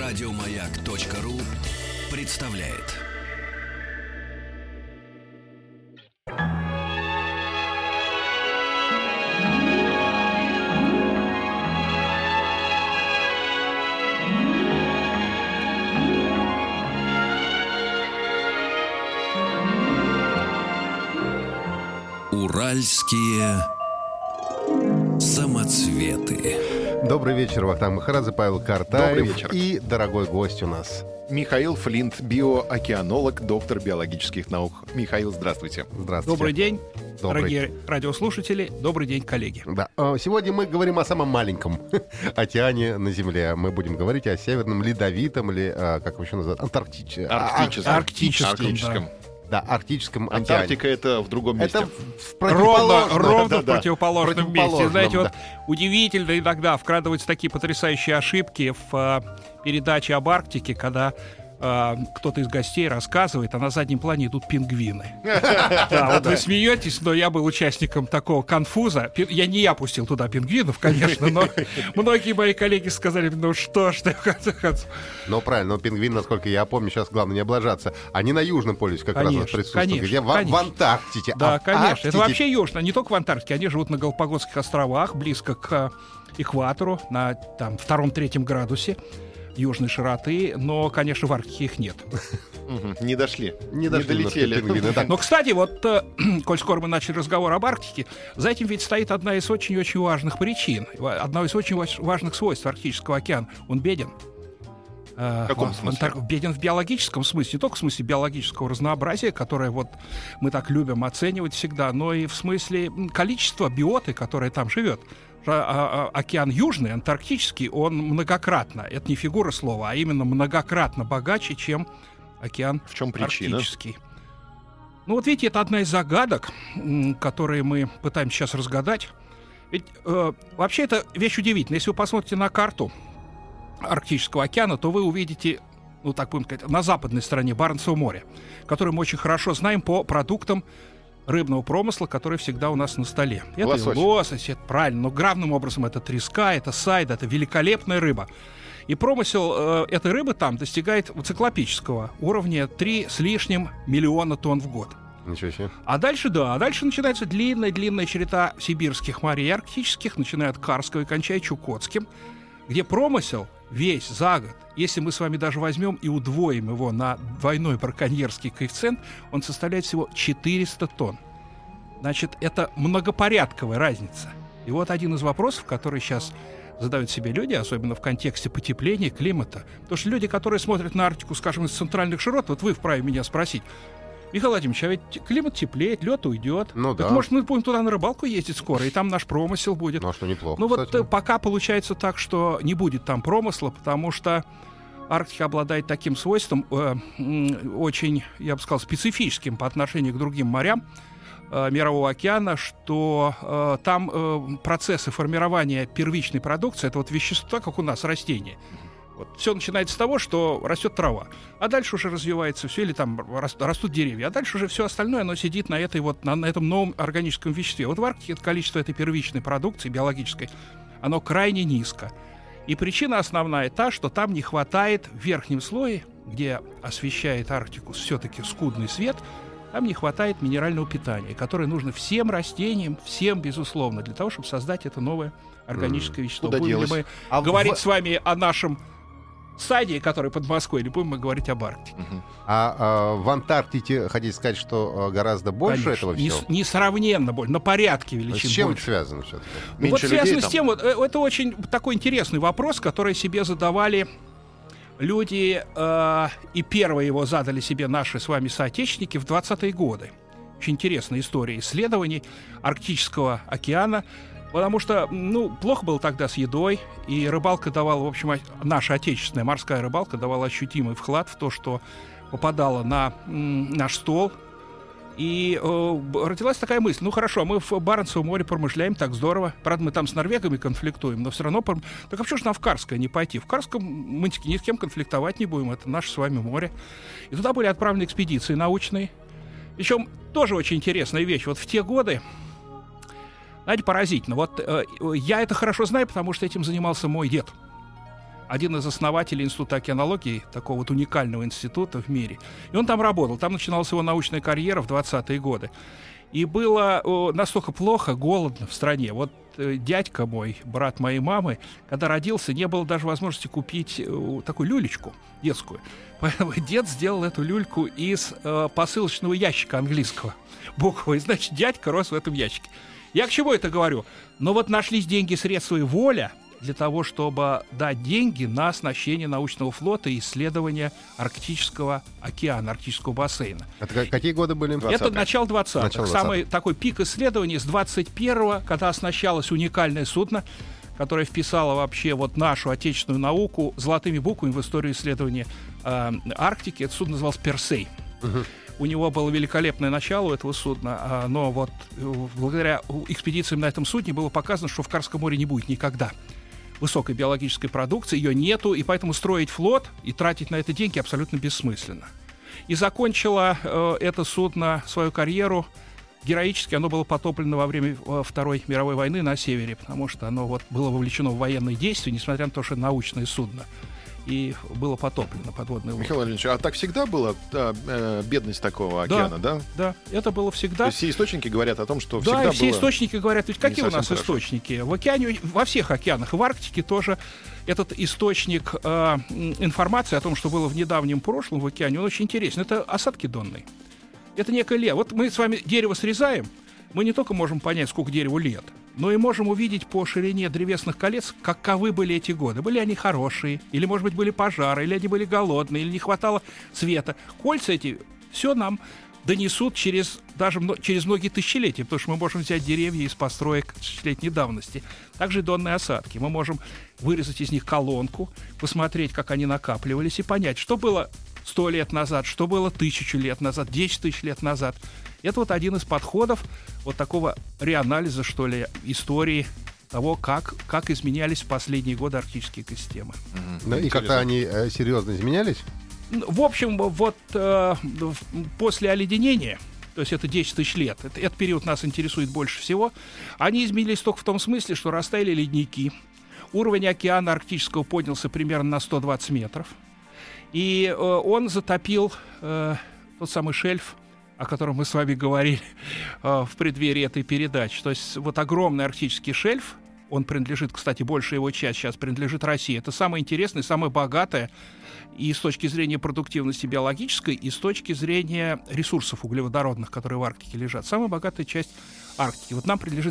Радиомаяк.ру представляет. Уральские самоцветы. Добрый вечер, Вахтанг Махарадзе, Павел Картаев и дорогой гость у нас Михаил Флинт, биоокеанолог, доктор биологических наук. Михаил, здравствуйте. Здравствуйте. Добрый день, дорогие радиослушатели. Добрый день, коллеги. Да. Сегодня мы говорим о самом маленьком океане на Земле. Мы будем говорить о Северном Ледовитом или, как его еще называют, Арктическом. Да, Арктическом океане. Антарктика — это в другом месте. Это ровно в противоположном месте. Знаете, вот удивительно иногда вкрадываются такие потрясающие ошибки в передаче об Арктике, когда кто-то из гостей рассказывает, а на заднем плане идут пингвины. Да, вот вы смеетесь, но я был участником такого конфуза. Я пустил туда пингвинов, конечно, но многие мои коллеги сказали, ну что ж ты, в конце концов. Ну, правильно, но пингвин, насколько я помню, сейчас главное не облажаться. Они на Южном полюсе как раз присутствуют. Где? В Антарктике. Да, конечно. Это вообще южно, не только в Антарктике. Они живут на Галапагосских островах, близко к экватору, на там 2-3 градусе южной широты, но, конечно, в Арктике их нет. Не дошли. Не долетели. Но, кстати, вот, коль скоро мы начали разговор об Арктике, за этим ведь стоит одна из очень-очень важных причин, одно из очень важных свойств Арктического океана. Он беден. В каком смысле? Он беден в биологическом смысле, не только в смысле биологического разнообразия, которое вот мы так любим оценивать всегда, но и в смысле количества биоты, которая там живет. Океан Южный, Антарктический, он многократно, это не фигура слова, а именно многократно богаче, чем океан Арктический. В чем причина? Ну вот видите, это одна из загадок, которые мы пытаемся сейчас разгадать. Ведь вообще это вещь удивительная. Если вы посмотрите на карту Арктического океана, то вы увидите, ну так будем сказать, на западной стороне Баренцево море, которое мы очень хорошо знаем по продуктам рыбного промысла, который всегда у нас на столе. Это лосось, это правильно, но главным образом это треска, это сайда, это великолепная рыба. И промысел этой рыбы там достигает циклопического уровня 3 с лишним миллиона тонн в год. Ничего себе. А дальше начинается длинная череда сибирских морей, арктических, начиная от Карского и кончая Чукотским, где промысел весь за год, если мы с вами даже возьмем и удвоим его на двойной браконьерский коэффициент, он составляет всего 400 тонн. Значит, это многопорядковая разница. И вот один из вопросов, который сейчас задают себе люди, особенно в контексте потепления климата. Потому что люди, которые смотрят на Арктику, скажем, из центральных широт, вот вы вправе меня спросить: Михаил Владимирович, а ведь климат теплеет, лед уйдет. Ну да. Так, может, мы будем туда на рыбалку ездить скоро, и там наш промысел будет. Ну, а что неплохо, Ну, кстати. вот пока получается так, что не будет там промысла, потому что Арктика обладает таким свойством, очень, я бы сказал, специфическим по отношению к другим морям Мирового океана, что там процессы формирования первичной продукции, это вот вещества, как у нас, растения. Вот. Все начинается с того, что растет трава, а дальше уже развивается все, или там растут деревья, а дальше уже все остальное, оно сидит на этом новом органическом веществе. Вот в Арктике количество этой первичной продукции биологической, оно крайне низко. И причина основная та, что там не хватает в верхнем слое, где освещает Арктику все-таки скудный свет, там не хватает минерального питания, которое нужно всем растениям, всем, безусловно, для того, чтобы создать это новое органическое вещество. Куда Будем делось? ли мы говорить с вами о нашем саде, который под Москвой, или будем мы говорить об Арктике? А в Антарктике, хотите сказать, что гораздо больше Конечно, этого всего? Несравненно больше, на порядке величин С чем больше. это связано все-таки? Ну, вот связано с тем, это очень такой интересный вопрос, который себе задавали люди, и первые его задали себе наши с вами соотечественники в 20-е годы. Очень интересная история исследований Арктического океана, потому что, плохо было тогда с едой, и рыбалка давала, в общем, наша отечественная морская рыбалка давала ощутимый вклад в то, что попадало на наш стол. И родилась такая мысль: ну хорошо, мы в Баренцевом море промышляем, так здорово. Правда, мы там с норвегами конфликтуем, но все равно... Так а почему же нам в Карское не пойти? В Карском мы ни с кем конфликтовать не будем, это наше с вами море. И туда были отправлены экспедиции научные. Причем тоже очень интересная вещь. Вот в те годы, знаете, поразительно. Вот я это хорошо знаю, потому что этим занимался мой дед. один из основателей Института океанологии, такого вот уникального института в мире. И он там работал. Там начиналась его научная карьера в 20-е годы. И было настолько плохо, голодно в стране. Вот дядька мой, брат моей мамы, когда родился, не было даже возможности купить такую люлечку детскую. Поэтому дед сделал эту люльку из посылочного ящика английского буквы. Значит, дядька рос в этом ящике. Я к чему это говорю? Но вот нашлись деньги, средства и воля для того, чтобы дать деньги на оснащение научного флота и исследования Арктического океана, Арктического бассейна. Это какие годы были? Это начало 20-х. Начало 20-х. Самый такой пик исследований с 21-го, когда оснащалось уникальное судно, которое вписало вообще вот нашу отечественную науку золотыми буквами в историю исследования Арктики. Это судно называлось «Персей». У него было великолепное начало у этого судна, но вот благодаря экспедициям на этом судне было показано, что в Карском море не будет никогда высокой биологической продукции, ее нету, и поэтому строить флот и тратить на это деньги абсолютно бессмысленно. И закончило это судно свою карьеру героически. Оно было потоплено во время Второй мировой войны на севере, потому что оно вот было вовлечено в военные действия, несмотря на то, что это научное судно. И было потоплено подводной лодкой. Михаил Владимирович, а так всегда была бедность такого океана, да? Да, это было всегда. То есть все источники говорят о том, что всегда Да, было... и все источники говорят, ведь какие у нас совсем хорошо. источники? В океане, во всех океанах, и в Арктике тоже этот источник информации о том, что было в недавнем прошлом в океане, он очень интересен. Это осадки донные. Это некое лето. Вот мы с вами дерево срезаем, мы не только можем понять, сколько дереву лет, но и можем увидеть по ширине древесных колец, каковы были эти годы. Были они хорошие, или, может быть, были пожары, или они были голодные, или не хватало света. Кольца эти все нам донесут даже через многие тысячелетия, потому что мы можем взять деревья из построек тысячелетней давности. Также и донные осадки. Мы можем вырезать из них колонку, посмотреть, как они накапливались, и понять, что было 100 лет назад, что было 1000 лет назад, 10 тысяч лет назад. Это вот один из подходов вот такого реанализа, что ли, истории того, как изменялись в последние годы арктические экосистемы. Ну, и как-то они серьезно изменялись? В общем, вот после оледенения, то есть это 10 тысяч лет, этот период нас интересует больше всего, они изменились только в том смысле, что растаяли ледники, уровень океана Арктического поднялся примерно на 120 метров, и он затопил тот самый шельф, о котором мы с вами говорили в преддверии этой передачи. То есть вот огромный арктический шельф, он принадлежит, кстати, большая его часть сейчас принадлежит России. Это самое интересное, самое богатое и с точки зрения продуктивности биологической, и с точки зрения ресурсов углеводородных, которые в Арктике лежат. Самая богатая часть Арктики. Вот нам принадлежит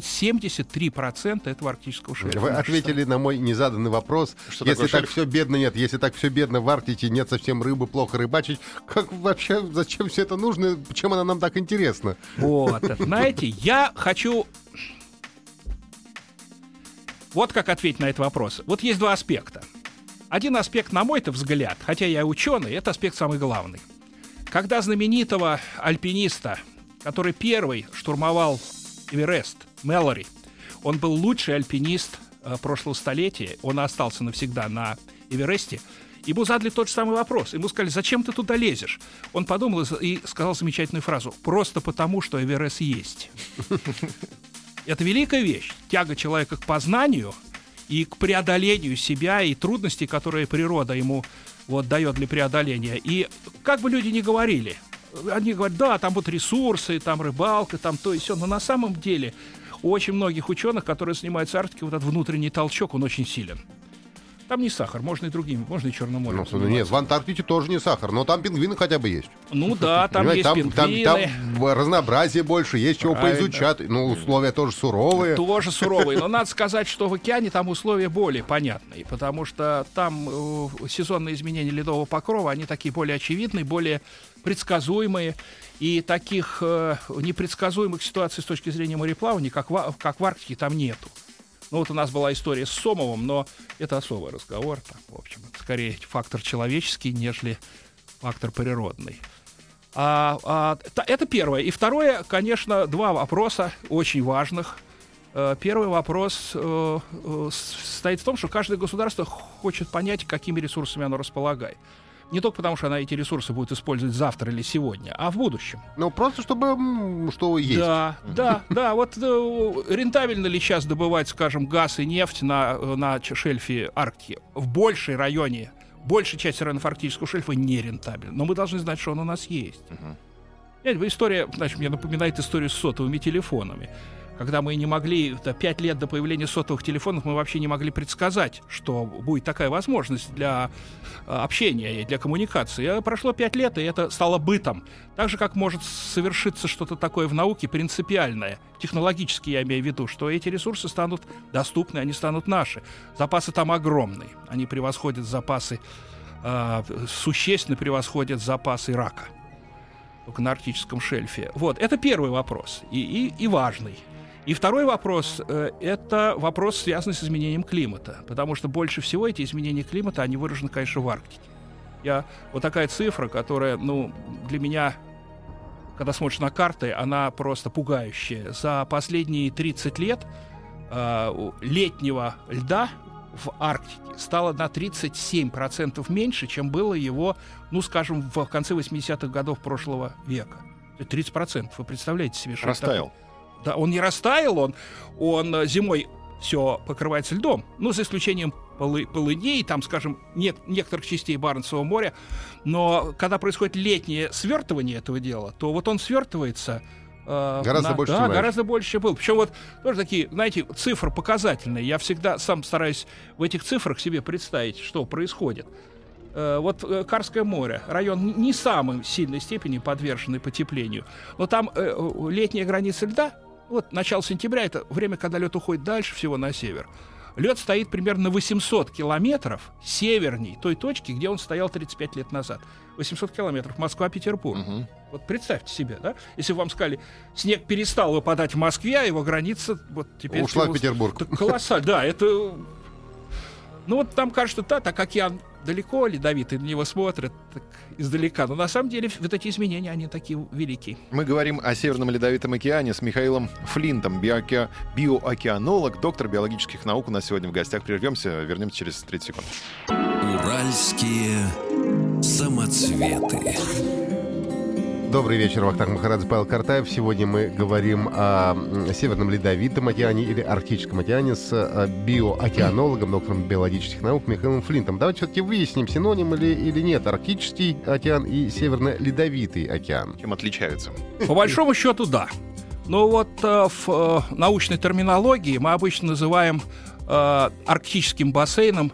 73% этого арктического шельфа. Вы ответили на мой незаданный вопрос. Что если такое так все бедно, нет, если так все бедно в Арктике, нет совсем рыбы, плохо рыбачить, как вообще, зачем все это нужно, чем она нам так интересна? Вот, знаете, я хочу... Вот как ответить на этот вопрос. Вот есть два аспекта. Один аспект, на мой-то взгляд, хотя я ученый, это аспект самый главный. Когда знаменитого альпиниста, который первый штурмовал Эверест, Мэлори, он был лучший альпинист прошлого столетия, он остался навсегда на Эвересте, ему задали тот же самый вопрос. Ему сказали, зачем ты туда лезешь? Он подумал и сказал замечательную фразу: просто потому, что Эверест есть. Это великая вещь. Тяга человека к познанию и к преодолению себя и трудностей, которые природа ему вот дает для преодоления. И как бы люди ни говорили, они говорят, да, там вот ресурсы, там рыбалка, там то и сё. Но на самом деле у очень многих ученых, которые занимаются Арктикой, вот этот внутренний толчок, он очень силен. Там не сахар, можно и другими, можно и Черным морем. Ну, нет, в Антарктиде тоже не сахар, но там пингвины хотя бы есть. Ну да, там понимаете, есть пингвины. Там разнообразие больше, есть чего поизучать. Ну, условия тоже суровые. Тоже суровые. Но надо сказать, что в океане там условия более понятные, потому что там сезонные изменения ледового покрова, они такие более очевидные, более предсказуемые. И таких непредсказуемых ситуаций с точки зрения мореплавания, как в Арктике, там нету. Ну вот у нас была история с Сомовым, но это особый разговор. Там, в общем, это скорее фактор человеческий, нежели фактор природный. Это первое. И второе, конечно, два вопроса очень важных. Первый вопрос состоит в том, что каждое государство хочет понять, какими ресурсами оно располагает. Не только потому, что она эти ресурсы будет использовать завтра или сегодня, а в будущем. Ну, просто чтобы что есть. Да. Вот рентабельно ли сейчас добывать, скажем, газ и нефть на шельфе Арктики? В большей части районов арктического шельфа нерентабельно. Но мы должны знать, что он у нас есть. История, значит, мне напоминает историю с сотовыми телефонами. Когда мы не могли, 5 лет до появления сотовых телефонов, мы вообще не могли предсказать, что будет такая возможность для общения и для коммуникации. Прошло 5 лет, и это стало бытом. Так же, как может совершиться что-то такое в науке принципиальное, технологически я имею в виду, что эти ресурсы станут доступны, они станут наши. Запасы там огромные. Они превосходят запасы, существенно превосходят запасы рака. Только на арктическом шельфе. Вот, это первый вопрос, и важный. И второй вопрос — это вопрос, связанный с изменением климата. Потому что больше всего эти изменения климата, они выражены, конечно, в Арктике. Вот такая цифра, которая, для меня, когда смотришь на карты, она просто пугающая. За последние 30 лет летнего льда в Арктике стало на 37% меньше, чем было его, скажем, в конце 80-х годов прошлого века. 30%. Вы представляете себе, что растаял. Да, он не растаял, он зимой все покрывается льдом, за исключением полыней, там, скажем, некоторых частей Баренцевого моря. Но когда происходит летнее свертывание этого дела, то вот он свертывается гораздо больше, гораздо больше, чем был. Причем тоже такие, знаете, цифры показательные. Я всегда сам стараюсь в этих цифрах себе представить, что происходит. Карское море, район не самой сильной степени подверженный потеплению, но там летняя граница льда, начало сентября, это время, когда лед уходит дальше всего на север. Лед стоит примерно на 800 километров северней той точки, где он стоял 35 лет назад. 800 километров, Москва-Pетербург. Вот представьте себе, да? Если вам сказали, снег перестал выпадать в Москве, а его граница теперь... Ушла в Петербург. Колоссально, да, это... там кажется, так океан далеко, ледовитый, на него смотрят так издалека. Но на самом деле вот эти изменения, они такие великие. Мы говорим о Северном Ледовитом океане с Михаилом Флинтом, биоокеанолог, доктор биологических наук. У нас сегодня в гостях. Прервемся, вернемся через 30 секунд. Уральские самоцветы. Добрый вечер, Вахтанг Махарадзе, Павел Картаев. Сегодня мы говорим о Северном Ледовитом океане или Арктическом океане с биоокеанологом, доктором биологических наук Михаилом Флинтом. Давайте все-таки выясним, синоним или нет Арктический океан и Северно-Ледовитый океан. Чем отличаются? По большому счету, да. Но в научной терминологии мы обычно называем арктическим бассейном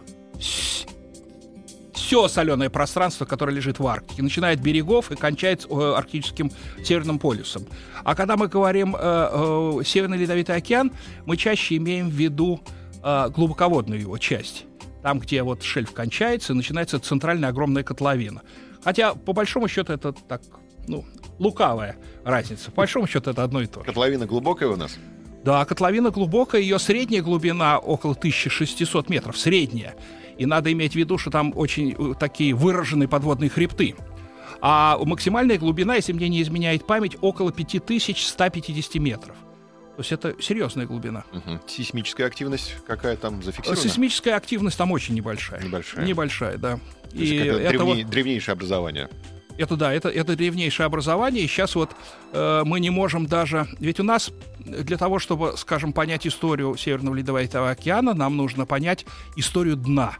все соленое пространство, которое лежит в Арктике, начиная от берегов и кончает арктическим Северным полюсом. А когда мы говорим Северный Ледовитый океан, мы чаще имеем в виду глубоководную его часть. Там, где шельф кончается, начинается центральная огромная котловина. Хотя, по большому счету, это так, лукавая разница. По большому счету, это одно и то же. Котловина глубокая у нас? Да, котловина глубокая, ее средняя глубина около 1600 метров, средняя. И надо иметь в виду, что там очень такие выраженные подводные хребты. А максимальная глубина, если мне не изменяет память, около 5150 метров. То есть это серьезная глубина. Сейсмическая активность какая там зафиксирована? Сейсмическая активность там очень небольшая. Небольшая, да. То есть это древнейшее образование. Это древнейшее образование. И сейчас мы не можем даже... Ведь у нас для того, чтобы, скажем, понять историю Северного Ледовитого океана, нам нужно понять историю дна.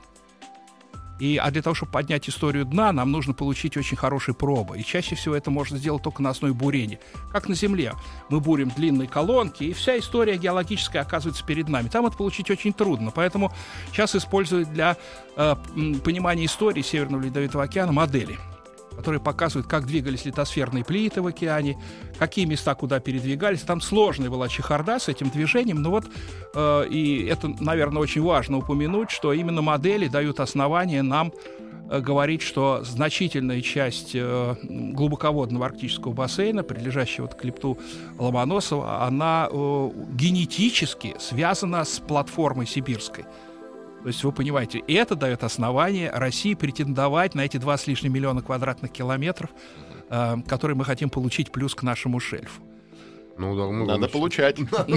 А для того, чтобы поднять историю дна, нам нужно получить очень хорошие пробы. И чаще всего это можно сделать только на основе бурения. Как на Земле. Мы бурим длинные колонки, и вся история геологическая оказывается перед нами. Там это получить очень трудно. Поэтому сейчас используют для понимания истории Северного Ледовитого океана модели, которые показывают, как двигались литосферные плиты в океане, какие места куда передвигались. Там сложная была чехарда с этим движением, но и это, наверное, очень важно упомянуть, что именно модели дают основание нам говорить, что значительная часть глубоководного арктического бассейна, прилежащего к хребту Ломоносова, она генетически связана с платформой сибирской. То есть вы понимаете, и это дает основание России претендовать на эти 2 с лишним миллиона квадратных километров, которые мы хотим получить плюс к нашему шельфу. Надо получать.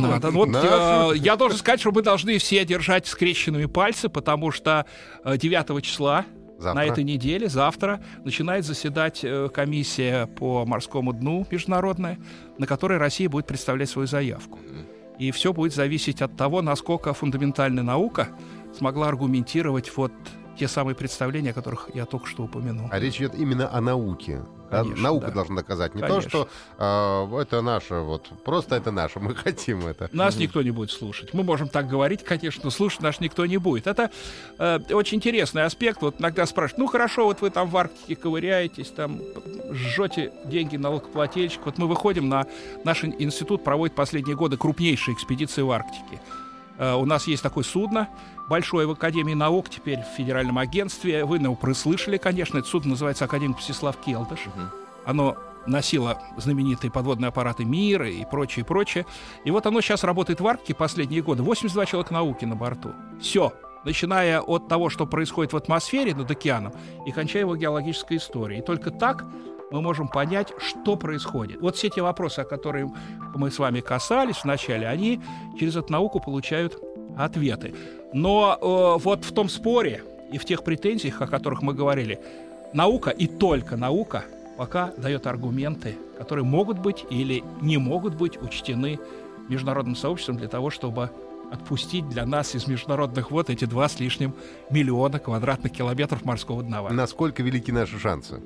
Я должен сказать, что мы должны все держать скрещенными пальцы, потому что 9 числа Завтра? На этой неделе, завтра, начинает заседать комиссия по морскому дну международная, на которой Россия будет представлять свою заявку. И все будет зависеть от того, насколько фундаментальная наука смогла аргументировать вот те самые представления, о которых я только что упомянул. А речь идет именно о науке. Конечно, наука да. должна доказать. Не Конечно. то, что это наше, вот, просто это наше, мы хотим это. Нас никто не будет слушать. Мы можем так говорить, конечно, но слушать нас никто не будет. Это очень интересный аспект. Вот иногда спрашивают, ну хорошо, вот вы там в Арктике ковыряетесь, там жжете деньги налогоплательщиков. Вот мы выходим наш институт проводит последние годы крупнейшие экспедиции в Арктике. У нас есть такое судно, большое в Академии наук, теперь в Федеральном агентстве. Вы его прослышали, конечно. Это судно называется «Академик Мстислав Келдыш». Оно носило знаменитые подводные аппараты мира и прочее, прочее. И вот оно сейчас работает в Арктике последние годы. 82 человека науки на борту. Все. Начиная от того, что происходит в атмосфере над океаном, и кончая его геологической историей. И только так мы можем понять, что происходит. Вот все те вопросы, о которых мы с вами касались вначале, они через эту науку получают ответы. Но вот в том споре и в тех претензиях, о которых мы говорили, наука и только наука пока дает аргументы, которые могут быть или не могут быть учтены международным сообществом для того, чтобы отпустить для нас из международных вод эти 2 с лишним миллиона квадратных километров морского дна. Насколько велики наши шансы?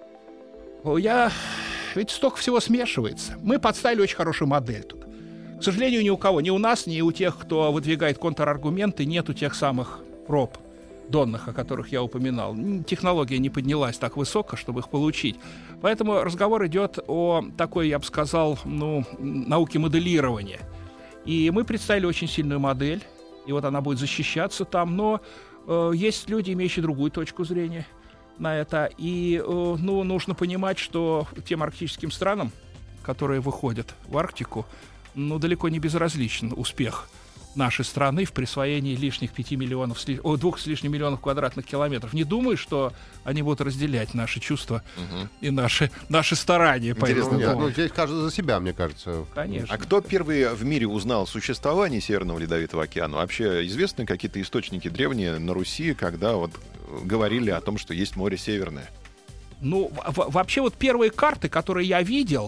Ведь столько всего смешивается. Мы подставили очень хорошую модель тут. К сожалению, ни у кого, ни у нас, ни у тех, кто выдвигает контраргументы, нету тех самых проб донных, о которых я упоминал. Технология не поднялась так высоко, чтобы их получить. Поэтому разговор идет о такой, я бы сказал, науке моделирования. И мы представили очень сильную модель, и вот она будет защищаться там, но есть люди, имеющие другую точку зрения на это. И нужно понимать, что тем арктическим странам, которые выходят в Арктику, далеко не безразличен успех нашей страны в присвоении лишних 2 с лишним миллионов квадратных километров. Не думаю, что они будут разделять наши чувства и наши старания. Интересно, здесь каждый за себя, мне кажется. Конечно. А кто первый в мире узнал о существовании Северного Ледовитого океана? Вообще известны какие-то источники древние на Руси, когда вот говорили о том, что есть море Северное? Вообще вот первые карты, которые я видел,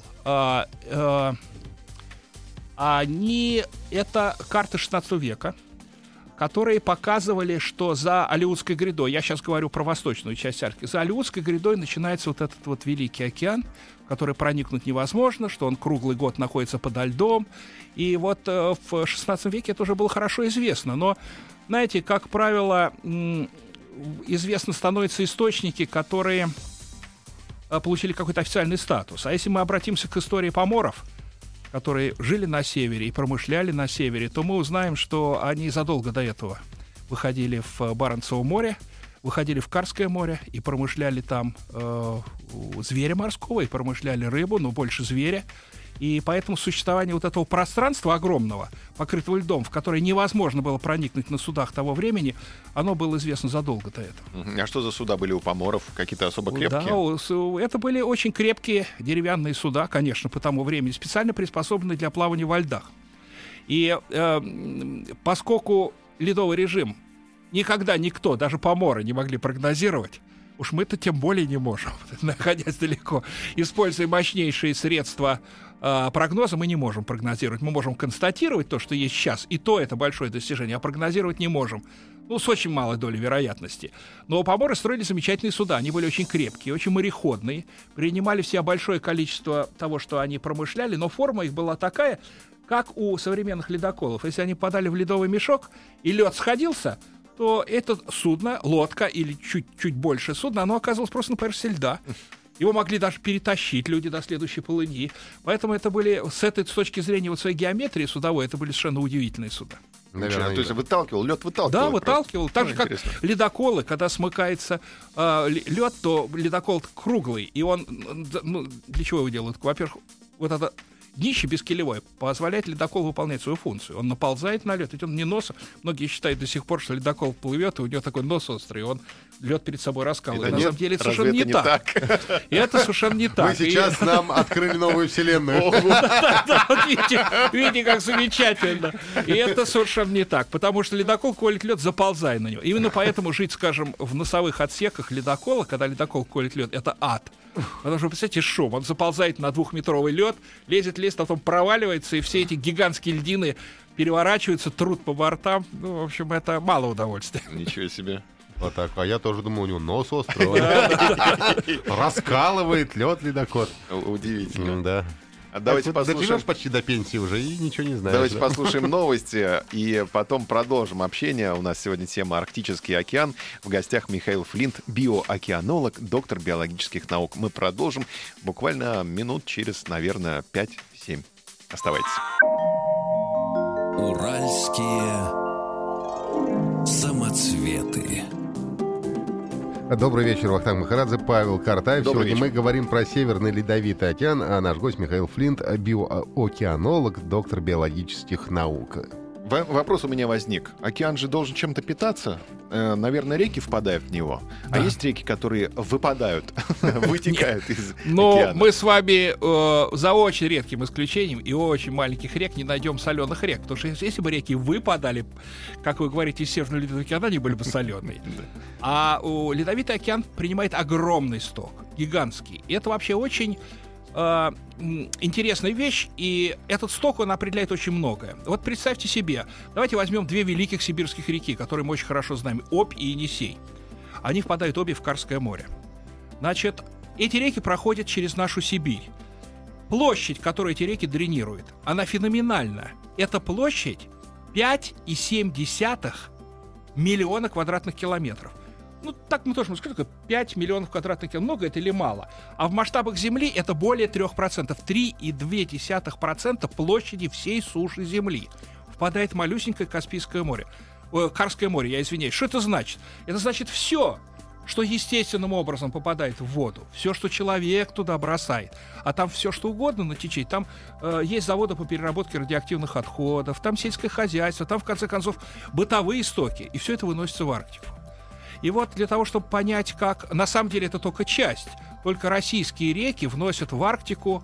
это карты 16 века, которые показывали, что за Алеутской грядой, я сейчас говорю про восточную часть Арктики, за Алеутской грядой начинается вот этот вот Великий океан, в который проникнуть невозможно, что он круглый год находится подо льдом. И вот в 16 веке это уже было хорошо известно. Но, знаете, как правило, известно становятся источники, которые получили какой-то официальный статус. А если мы обратимся к истории поморов, которые жили на севере и промышляли на севере, то мы узнаем, что они задолго до этого выходили в Баренцево море, выходили в Карское море и промышляли там зверя морского, и промышляли рыбу, но больше зверя. И поэтому существование вот этого пространства огромного, покрытого льдом, в которое невозможно было проникнуть на судах того времени, оно было известно задолго до этого. А что за суда были у поморов? Какие-то особо крепкие? Да, это были очень крепкие деревянные суда, конечно, по тому времени, специально приспособленные для плавания во льдах. И поскольку ледовый режим никогда никто, даже поморы, не могли прогнозировать, уж мы-то тем более не можем, находясь далеко. Используя мощнейшие средства прогноза, мы не можем прогнозировать. Мы можем констатировать то, что есть сейчас, и то это большое достижение, а прогнозировать не можем. С очень малой долей вероятности. Но поморы строили замечательные суда. Они были очень крепкие, очень мореходные, принимали в себя большое количество того, что они промышляли, но форма их была такая, как у современных ледоколов. Если они попадали в ледовый мешок, и лед сходился, то это судно, лодка или чуть больше судно, оно оказывалось просто на поверхности льда. Его могли даже перетащить люди до следующей полыни. Поэтому это были, с точки зрения вот своей геометрии судовой, это были совершенно удивительные суда. Наверное, то есть лед выталкивал. Да, выталкивал. Так же, как ледоколы, когда смыкается лед, то ледокол круглый. И он, для чего его делают? Во-первых, вот это днище бескилевое позволяет ледоколу выполнять свою функцию. Он наползает на лед, ведь он не носа. Многие считают до сих пор, что ледокол плывет, и у него такой нос острый, он лед перед собой раскалывает. На самом деле это совершенно не так. И это совершенно не так. Вы сейчас нам открыли новую вселенную. Видите, как замечательно. И это совершенно не так, потому что ледокол колет лед, заползая на него. Именно поэтому жить, скажем, в носовых отсеках ледокола, когда ледокол колет лед, это ад. Потому что, представьте, шум. Он заползает на 2-метровый лед, лезет, потом проваливается, и все эти гигантские льдины переворачиваются, трут по бортам. Ну, в общем, это мало удовольствия. Ничего себе. Вот так. А я тоже думал, у него нос острый. Раскалывает лед ледокол. Удивительно. Да. Давайте послушаем. Доживешь почти до пенсии уже и ничего не знаешь. Давайте послушаем новости и потом продолжим общение. У нас сегодня тема «Арктический океан». В гостях Михаил Флинт, биоокеанолог, доктор биологических наук. Мы продолжим буквально минут через, наверное, 5-7. Оставайтесь. Уральские самоцветы. Добрый вечер, Вахтанг Махарадзе, Павел Картаев. Добрый Сегодня вечер. мы говорим про Северный Ледовитый океан, а наш гость Михаил Флинт, биоокеанолог, доктор биологических наук. Вопрос у меня возник. Океан же должен чем-то питаться. Наверное, реки впадают в него. А есть реки, которые выпадают, вытекают из Но океана? мы с вами за очень редким исключением и очень маленьких рек не найдем соленых рек. Потому что если бы реки выпадали, как вы говорите, из Северного Ледовитого океана, они были бы соленые. А Ледовитый океан принимает огромный сток, гигантский. И это вообще очень интересная вещь, и этот сток, он определяет очень многое. Вот представьте себе, давайте возьмем две великих сибирских реки, которые мы очень хорошо знаем, Обь и Енисей. Они впадают обе в Карское море. Значит, эти реки проходят через нашу Сибирь. Площадь, которую эти реки дренируют, она феноменальна. Эта площадь 5,7 миллиона квадратных километров. Ну, так мы тоже можем сказать, 5 миллионов квадратных километров. Много это или мало? А в масштабах Земли это более 3%. 3,2% площади всей суши Земли впадает в малюсенькое Каспийское море. Карское море, я извиняюсь. Что это значит? Это значит все, что естественным образом попадает в воду, все, что человек туда бросает, а там все, что угодно на течении, там есть заводы по переработке радиоактивных отходов, там сельское хозяйство, там, в конце концов, бытовые стоки, и все это выносится в Арктику. И вот для того, чтобы понять, как... На самом деле это только часть. Только российские реки вносят в Арктику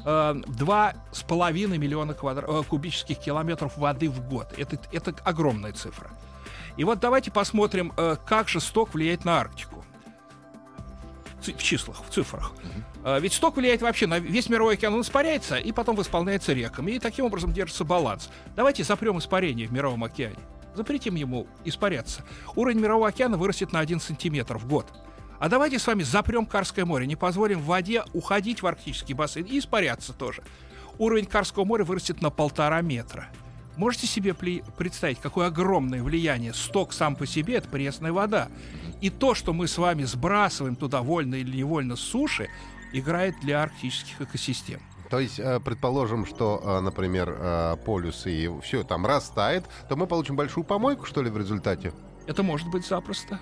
2,5 миллиона кубических километров воды в год. Это огромная цифра. И вот давайте посмотрим, как же сток влияет на Арктику. В числах, в цифрах. Ведь сток влияет вообще на весь мировой океан, он испаряется и потом восполняется реками. И таким образом держится баланс. Давайте запрем испарение в Мировом океане. Запретим ему испаряться. Уровень Мирового океана вырастет на 1 сантиметр в год. А давайте с вами запрем Карское море, не позволим в воде уходить в арктический бассейн и испаряться тоже. Уровень Карского моря вырастет на 1,5 метра. Можете себе представить, какое огромное влияние сток сам по себе — это пресная вода. И то, что мы с вами сбрасываем туда вольно или невольно с суши, играет для арктических экосистем. То есть, предположим, что, например, полюс и все там растает, то мы получим большую помойку, что ли, в результате? Это может быть запросто.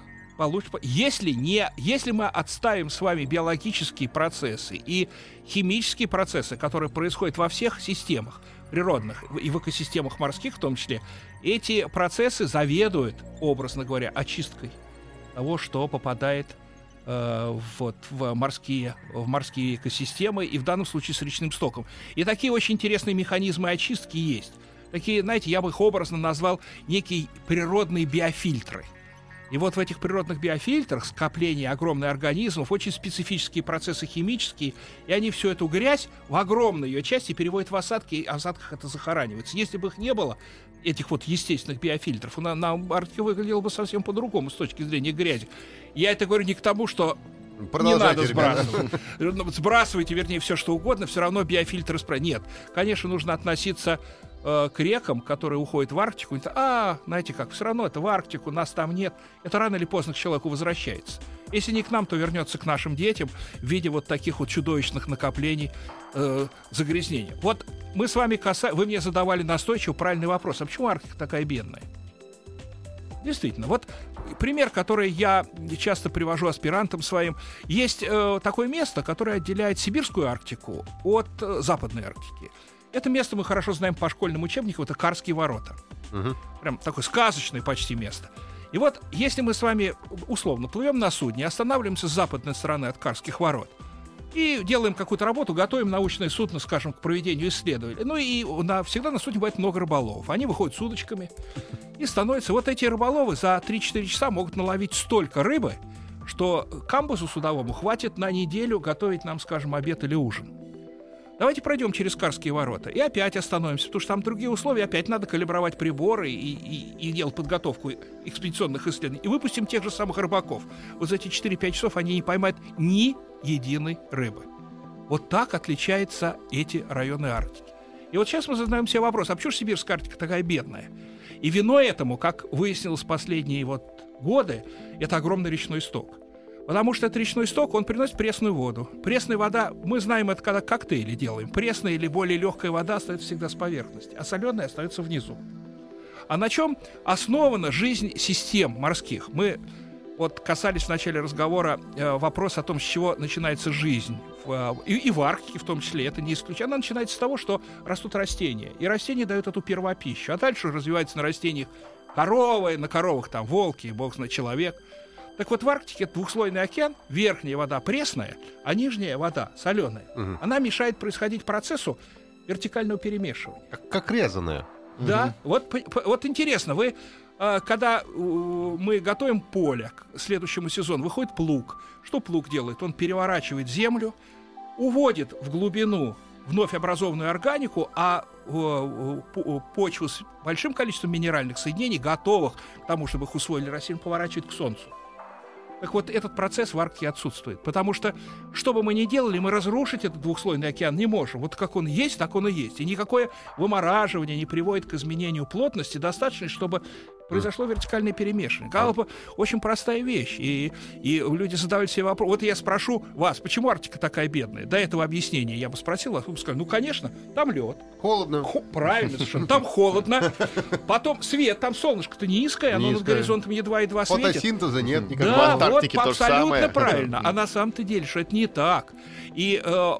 Если мы отставим с вами биологические процессы и химические процессы, которые происходят во всех системах природных и в экосистемах морских в том числе, эти процессы заведуют, образно говоря, очисткой того, что попадает в морские экосистемы, и в данном случае с речным стоком. И такие очень интересные механизмы очистки есть. Такие, знаете, я бы их образно назвал некие природные биофильтры. И вот в этих природных биофильтрах скопление огромных организмов, очень специфические процессы химические, и они всю эту грязь в огромной ее части переводят в осадки, и в осадках это захоранивается. Если бы их не было, этих вот естественных биофильтров, на Арктике выглядело бы совсем по-другому с точки зрения грязи. Я это говорю не к тому, что не надо сбрасывать. Сбрасывайте, вернее, все что угодно, все равно биофильтры Нет, конечно, нужно относиться к рекам, которые уходят в Арктику. Знаете как, все равно это в Арктику, нас там нет. Это рано или поздно к человеку возвращается. Если не к нам, то вернется к нашим детям в виде вот таких вот чудовищных накоплений загрязнения. Вот мы с вами вы мне задавали настойчиво правильный вопрос. А почему Арктика такая бедная? Действительно, вот пример, который я часто привожу аспирантам своим. Есть такое место, которое отделяет Сибирскую Арктику от Западной Арктики. Это место мы хорошо знаем по школьным учебникам, это Карские ворота. Прям такое сказочное почти место. И вот, если мы с вами условно плывем на судне, останавливаемся с западной стороны от Карских ворот и делаем какую-то работу, готовим научное судно, скажем, к проведению исследований. Ну и всегда на судне бывает много рыболовов. Они выходят с удочками и становятся... Вот эти рыболовы за 3-4 часа могут наловить столько рыбы, что камбузу судовому хватит на неделю готовить нам, скажем, обед или ужин. Давайте пройдем через Карские ворота и опять остановимся, потому что там другие условия, опять надо калибровать приборы и делать подготовку экспедиционных исследований. И выпустим тех же самых рыбаков. Вот за эти 4-5 часов они не поймают ни единой рыбы. Вот так отличаются эти районы Арктики. И вот сейчас мы задаем себе вопрос, а почему же Сибирская Арктика такая бедная? И виной этому, как выяснилось в последние годы, это огромный речной сток. Потому что этот речной сток, он приносит пресную воду. Пресная вода, мы знаем это, когда коктейли делаем. Пресная или более легкая вода остается всегда с поверхности, а соленая остается внизу. А на чем основана жизнь систем морских? Мы касались в начале разговора вопроса о том, с чего начинается жизнь. И в Арктике в том числе, это не исключено. Она начинается с того, что растут растения. И растения дают эту первопищу. А дальше развивается на растениях коровы, на коровах там волки, бог знает, человек. Так вот, в Арктике это двухслойный океан, верхняя вода пресная, а нижняя вода соленая. Она мешает происходить процессу вертикального перемешивания. Как резаная. Да, вот интересно, когда мы готовим поле к следующему сезону, выходит плуг. Что плуг делает? Он переворачивает землю, уводит в глубину вновь образованную органику, а почву с большим количеством минеральных соединений, готовых к тому, чтобы их усвоили растения, поворачивает к Солнцу. Так вот, этот процесс в Арктике отсутствует. Потому что, что бы мы ни делали, мы разрушить этот двухслойный океан не можем. Вот как он есть, так он и есть. И никакое вымораживание не приводит к изменению плотности, достаточно, чтобы произошло вертикальное перемешивание. Казалось бы, очень простая вещь. И люди задавали себе вопрос. Вот я спрошу вас, почему Арктика такая бедная? До этого объяснения я бы спросил вас, вы бы сказали, конечно, там лед. Холодно. Правильно, совершенно. Там холодно. Потом свет, там солнышко-то низкое, оно над горизонтом едва светит. Фотосинтеза нет никакого. Да, в Антарктике то же абсолютно самое. Правильно. А на самом-то деле, что это не так. И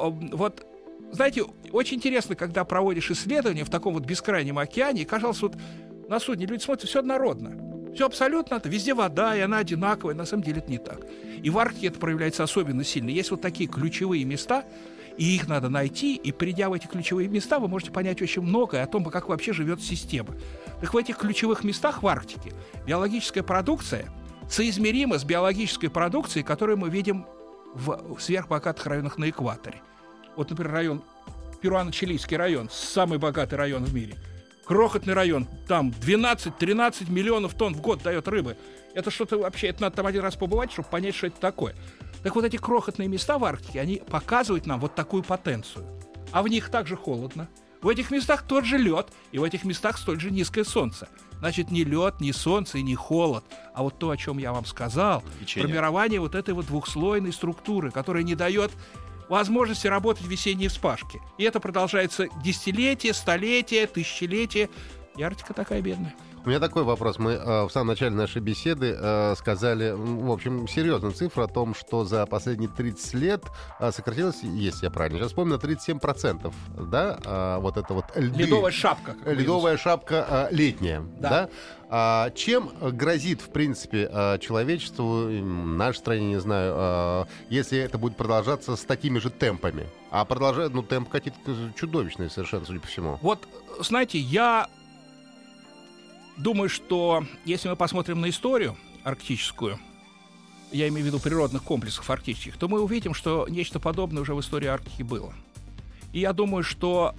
знаете, очень интересно, когда проводишь исследования в таком бескрайнем океане, и, казалось, на судне люди смотрят, все однородно. Все абсолютно, везде вода, и она одинаковая. На самом деле это не так. И в Арктике это проявляется особенно сильно. Есть такие ключевые места, и их надо найти, и придя в эти ключевые места, вы можете понять очень многое о том, как вообще живет система. Так в этих ключевых местах в Арктике биологическая продукция соизмерима с биологической продукцией, которую мы видим в сверхбогатых районах на экваторе. Вот, например, район Перуано-Чилийский район, самый богатый район в мире. Крохотный район, там 12-13 миллионов тонн в год дает рыбы. Это что-то вообще, это надо там один раз побывать, чтобы понять, что это такое. Так вот эти крохотные места в Арктике, они показывают нам такую потенцию. А в них также холодно. В этих местах тот же лед, и в этих местах столь же низкое солнце. Значит, не лед, не солнце и не холод, а то, о чем я вам сказал, формирование этой двухслойной структуры, которая не дает возможности работать в весенней вспашке. И это продолжается десятилетия, столетия, тысячелетия. И Арктика такая бедная. У меня такой вопрос. Мы в самом начале нашей беседы сказали, в общем, серьезную цифру о том, что за последние 30 лет сократилось, если я правильно сейчас вспомню, на 37%, да? Льды. Ледовая шапка. Ледовая шапка летняя, да? Чем грозит, в принципе, человечеству, нашей стране, не знаю, если это будет продолжаться с такими же темпами? А продолжает, темпы какие-то чудовищные совершенно, судя по всему. Знаете, я думаю, что если мы посмотрим на историю арктическую, я имею в виду природных комплексов арктических, то мы увидим, что нечто подобное уже в истории Арктики было. И я думаю, что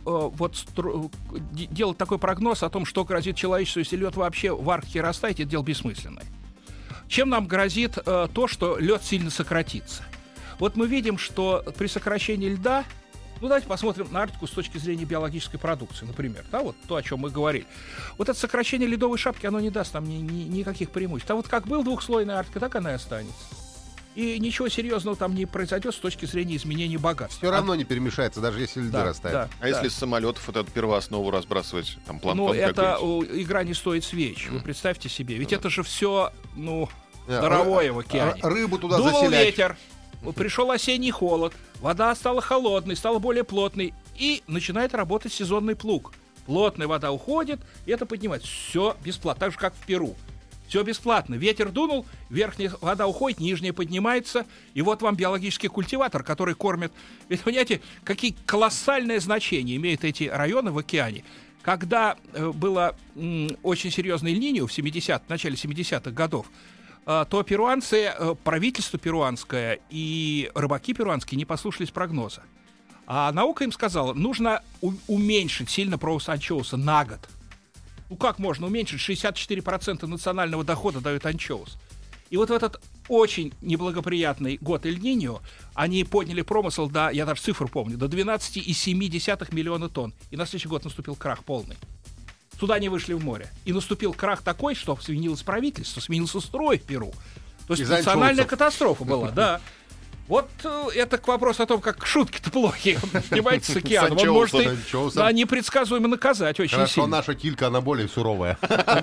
делать такой прогноз о том, что грозит человечеству, если лед вообще в Арктике растает, это дело бессмысленное. Чем нам грозит то, что лед сильно сократится? Мы видим, что при сокращении льда, давайте посмотрим на Арктику с точки зрения биологической продукции, например. Да, то, о чем мы говорили. Это сокращение ледовой шапки, оно не даст нам никаких преимуществ. А как был двухслойная Арктика, так она и останется. И ничего серьезного там не произойдет с точки зрения изменения богатства. Все равно не перемешается, даже если льды растают. Если с самолетов эту первооснову разбрасывать, там планктон это игра не стоит свеч. Вы представьте себе. Ведь это же все, даровое в океане. Рыбу туда Дул заселять. ветер. Пришел осенний холод, вода стала холодной, стала более плотной. и начинает работать сезонный плуг. Плотная вода уходит, и это поднимается. Все бесплатно, так же, как в Перу. Все бесплатно. Ветер дунул, верхняя вода уходит, нижняя поднимается. И вот вам биологический культиватор, который кормит. Ведь, понимаете, какие колоссальное значение имеют эти районы в океане. Когда было очень серьезное Эль-Ниньо в начале 70-х годов, то перуанцы, правительство перуанское и рыбаки перуанские не послушались прогноза. А наука им сказала, нужно уменьшить сильно провоз анчоуса на год. Ну как можно уменьшить? 64% национального дохода дает анчоус. И вот в этот очень неблагоприятный год Эль-Ниньо они подняли промысел до, я даже цифру помню, до 12,7 миллиона тонн. И на следующий год наступил крах полный. Суда не вышли в море. И наступил крах такой, что сменилось правительство, сменился строй в Перу. То есть национальная катастрофа была, да. Вот это к вопросу о том, как шутки-то плохие. Понимаете, с океаном. Он может непредсказуемо наказать очень сильно. Хорошо, наша килька, она более суровая,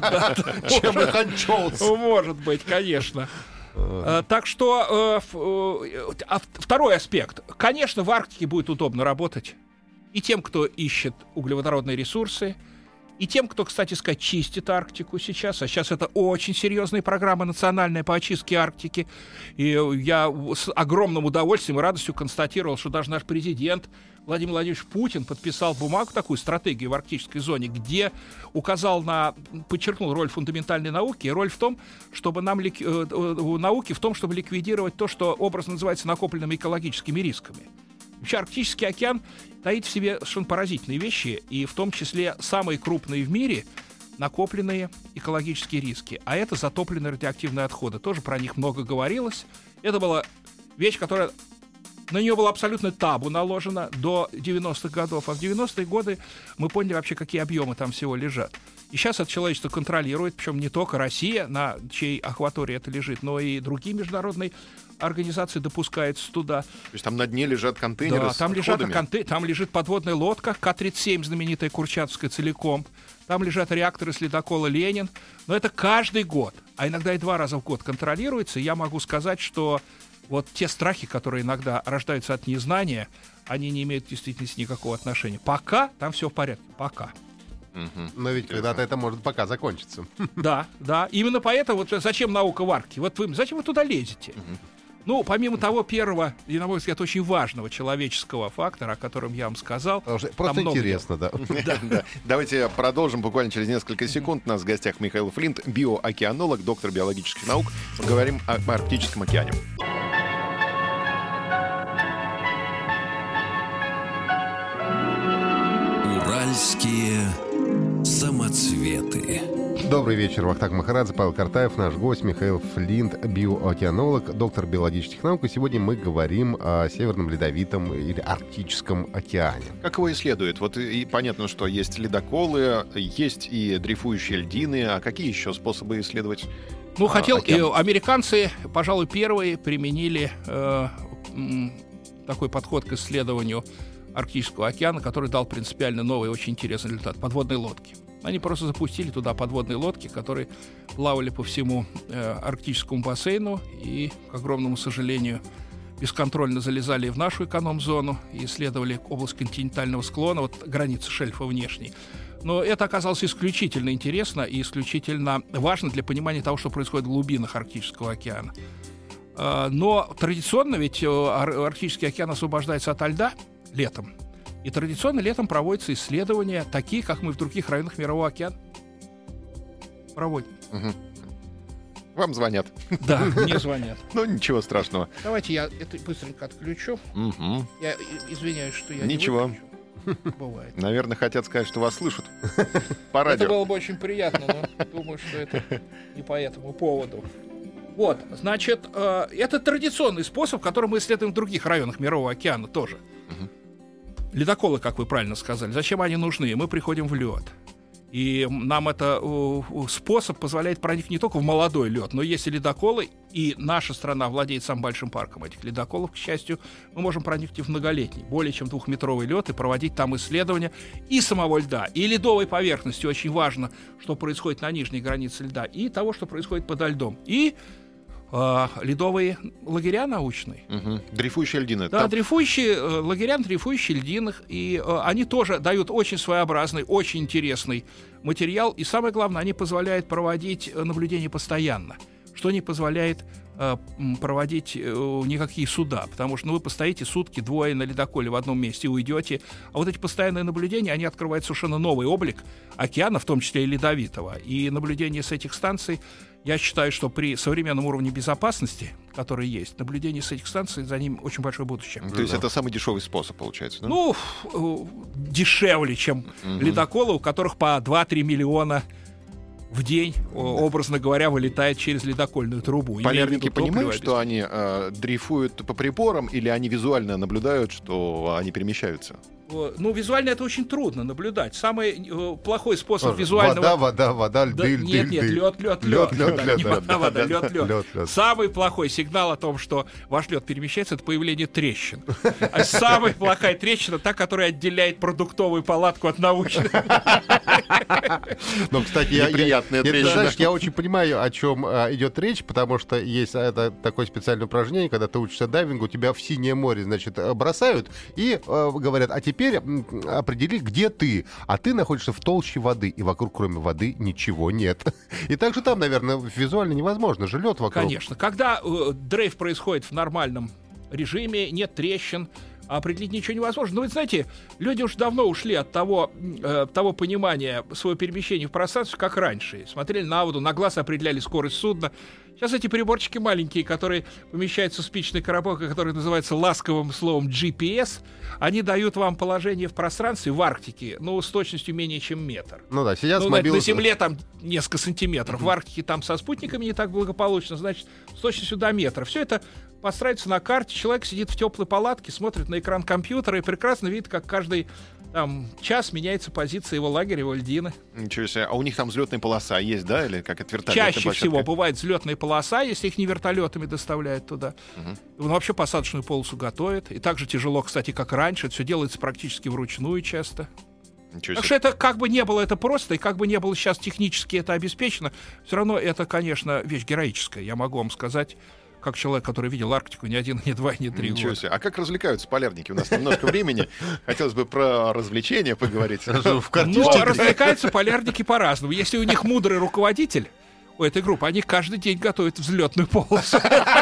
чем их анчоус. Может быть, конечно. Так что второй аспект. Конечно, в Арктике будет удобно работать и тем, кто ищет углеводородные ресурсы, и тем, кто, кстати сказать, чистит Арктику сейчас. А сейчас это очень серьезная программа национальная по очистке Арктики. И я с огромным удовольствием и радостью констатировал, что даже наш президент Владимир Владимирович Путин подписал бумагу, такую стратегию в арктической зоне, где подчеркнул роль фундаментальной науки и роль в том, чтобы науки в том, чтобы ликвидировать то, что образно называется накопленными экологическими рисками. Вообще Арктический океан таит в себе совершенно поразительные вещи, и в том числе самые крупные в мире накопленные экологические риски. А это затопленные радиоактивные отходы. Тоже про них много говорилось. Это была вещь, которая... На нее было абсолютно табу наложено до 90-х годов. А в 90-е годы мы поняли вообще, какие объемы там всего лежат. И сейчас это человечество контролирует, причем не только Россия, на чьей акватории это лежит, но и другие международные организации допускаются туда. То есть там на дне лежат контейнеры с отходами? Там лежит подводная лодка К-37, знаменитая Курчатовская целиком. Там лежат реакторы с ледокола «Ленин». Но это каждый год, а иногда и 2 раза в год контролируется. Я могу сказать, что вот те страхи, которые иногда рождаются от незнания, они не имеют в действительности никакого отношения. Пока там все в порядке. Пока. Но ведь когда-то это может пока закончиться. Да. Именно поэтому вот зачем наука в Арктике? Вот зачем вы туда лезете? Ну, помимо того первого, и, на мой взгляд, очень важного человеческого фактора, о котором я вам сказал. Просто интересно, да. Давайте продолжим буквально через несколько секунд. У нас в гостях Михаил Флинт, биоокеанолог, доктор биологических наук. Поговорим об Арктическом океане. Уральские самоцветы. Добрый вечер, Вахтанг Махарадзе, Павел Картаев, наш гость Михаил Флинт, биоокеанолог, доктор биологических наук. И сегодня мы говорим о Северном Ледовитом или Арктическом океане. Как его исследуют? Вот и понятно, что есть ледоколы, есть и дрейфующие льдины. А какие еще способы исследовать? Американцы, пожалуй, первые применили такой подход к исследованию Арктического океана, который дал принципиально новый, очень интересный результат — подводные лодки. Они просто запустили туда подводные лодки, которые плавали по всему арктическому бассейну и, к огромному сожалению, бесконтрольно залезали в нашу эконом-зону и исследовали область континентального склона, вот границы шельфа внешней. Но это оказалось исключительно интересно и исключительно важно для понимания того, что происходит в глубинах Арктического океана. Но традиционно ведь Арктический океан освобождается ото льда летом. И традиционно летом проводятся исследования, такие, как мы в других районах Мирового океана проводим. Вам звонят. Да, мне звонят. Ну, ничего страшного. Давайте я это быстренько отключу. Я извиняюсь, что я ничего. Не выключу. Бывает. Наверное, хотят сказать, что вас слышат по радио. Это было бы очень приятно, но думаю, что это не по этому поводу. Вот, значит, это традиционный способ, который мы исследуем в других районах Мирового океана тоже. Ледоколы, как вы правильно сказали, зачем они нужны? Мы приходим в лед. И нам это способ позволяет проникнуть не только в молодой лед, но есть и ледоколы, и наша страна владеет самым большим парком этих ледоколов, к счастью. Мы можем проникнуть в многолетний, более чем 2-метровый лед и проводить там исследования и самого льда, и ледовой поверхности. Очень важно, что происходит на нижней границе льда, и того, что происходит подо льдом. И ледовые лагеря научные. Дрейфующие льдины. Да, дрейфующие лагеря, дрейфующие льдины. И они тоже дают очень своеобразный, очень интересный материал. И самое главное, они позволяют проводить наблюдения постоянно, что не позволяет проводить никакие суда, потому что вы постоите сутки, двое на ледоколе в одном месте и уйдете. А вот эти постоянные наблюдения, они открывают совершенно новый облик океана, в том числе и ледовитого. И наблюдение с этих станций, я считаю, что при современном уровне безопасности, который есть, наблюдение с этих станций, за ним очень большое будущее. То есть это самый дешевый способ, получается, да? Ну, дешевле, чем ледоколы, у которых по 2-3 миллиона в день, образно говоря, вылетает через ледокольную трубу. Полярники понимают, что они дрейфуют по приборам, или они визуально наблюдают, что они перемещаются? Ну, визуально это очень трудно наблюдать. Самый плохой способ визуального... Вода, льды, Нет, лед. Не вода, лед. Самый плохой сигнал о том, что ваш лед перемещается, это появление трещин. А самая плохая трещина, та, которая отделяет продуктовую палатку от научной. Но, кстати, я очень понимаю, о чем идет речь, потому что есть такое специальное упражнение, когда ты учишься дайвингу, тебя в синее море, значит, бросают и говорят, а теперь определи, где ты. А ты находишься в толще воды, и вокруг, кроме воды, ничего нет. И так же там, наверное, визуально невозможно. Же лед вокруг. Конечно. Когда дрейф происходит в нормальном режиме, нет трещин, определить ничего невозможно. Но вы знаете, люди уж давно ушли от того понимания своего перемещения в пространстве, как раньше. Смотрели на воду, на глаз определяли скорость судна. Сейчас эти приборчики маленькие, которые помещаются в спичечный коробок, который называется ласковым словом GPS, они дают вам положение в пространстве в Арктике, с точностью менее чем метр. Ну да, сейчас на Земле там несколько сантиметров, в Арктике там со спутниками не так благополучно, значит, с точностью до метра. Все это построится на карте, человек сидит в теплой палатке, смотрит на экран компьютера и прекрасно видит, как каждый час меняется позиция его лагеря, его льдины. Ничего себе. А у них там взлетная полоса есть, да? Или как это вертолетная площадка? Чаще всего бывает взлетная полоса, если их не вертолетами доставляют туда. Вообще посадочную полосу готовят. И так же тяжело, кстати, как раньше. Это все делается практически вручную часто. Так что это как бы не было это просто, и как бы не было сейчас технически это обеспечено, все равно это, конечно, вещь героическая, я могу вам сказать. Как человек, который видел Арктику не один, не два, не три года. Ничего себе. А как развлекаются полярники? У нас немножко времени. Хотелось бы про развлечения поговорить. Но развлекаются полярники по-разному. Если у них мудрый руководитель у этой группы, они каждый день готовят взлетную полосу.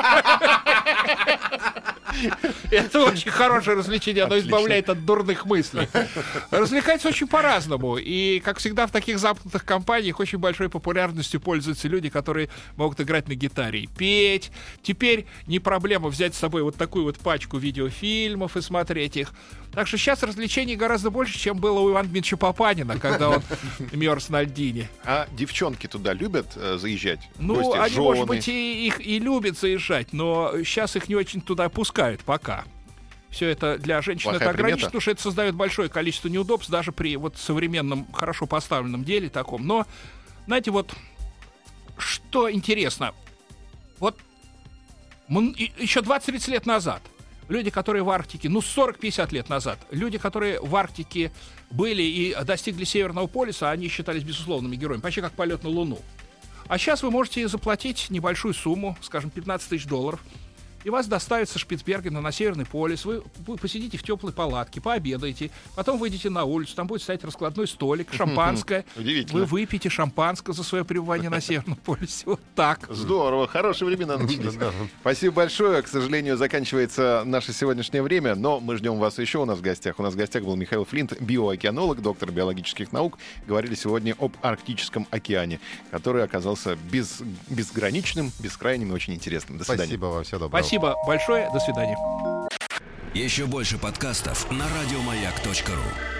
Это очень хорошее развлечение, оно избавляет от дурных мыслей. Развлекаются очень по-разному. И, как всегда, в таких замкнутых компаниях очень большой популярностью пользуются люди, которые могут играть на гитаре и петь. Теперь не проблема взять с собой вот такую вот пачку видеофильмов и смотреть их. Так что сейчас развлечений гораздо больше, чем было у Ивана Дмитриевича Папанина, когда он мерз на льдине. А девчонки туда любят заезжать? Ну, они, может быть, их и любят заезжать, но сейчас их не очень туда пускают пока. Все это для женщин это ограничено, потому что это создает большое количество неудобств даже при вот современном, хорошо поставленном деле таком. Но, знаете, вот что интересно, вот еще 20-30 лет назад люди, которые в Арктике, 40-50 лет назад, люди, которые в Арктике были и достигли Северного полюса, они считались безусловными героями, почти как полет на Луну. А сейчас вы можете заплатить небольшую сумму, скажем, $15 тысяч, и вас доставят со Шпицбергена на Северный полюс, вы посидите в теплой палатке, пообедаете, потом выйдете на улицу, там будет стоять раскладной столик, шампанское. Вы выпьете шампанское за свое пребывание на Северном полюсе. Вот так. Здорово, хорошие времена начались. Спасибо большое. К сожалению, заканчивается наше сегодняшнее время, но мы ждем вас еще у нас в гостях. У нас в гостях был Михаил Флинт, биоокеанолог, доктор биологических наук. Говорили сегодня об Арктическом океане, который оказался безграничным, бескрайним и очень интересным. До свидания. Спасибо вам, всего доброго. Спасибо большое, до свидания. Еще больше подкастов на радиомаяк.ру.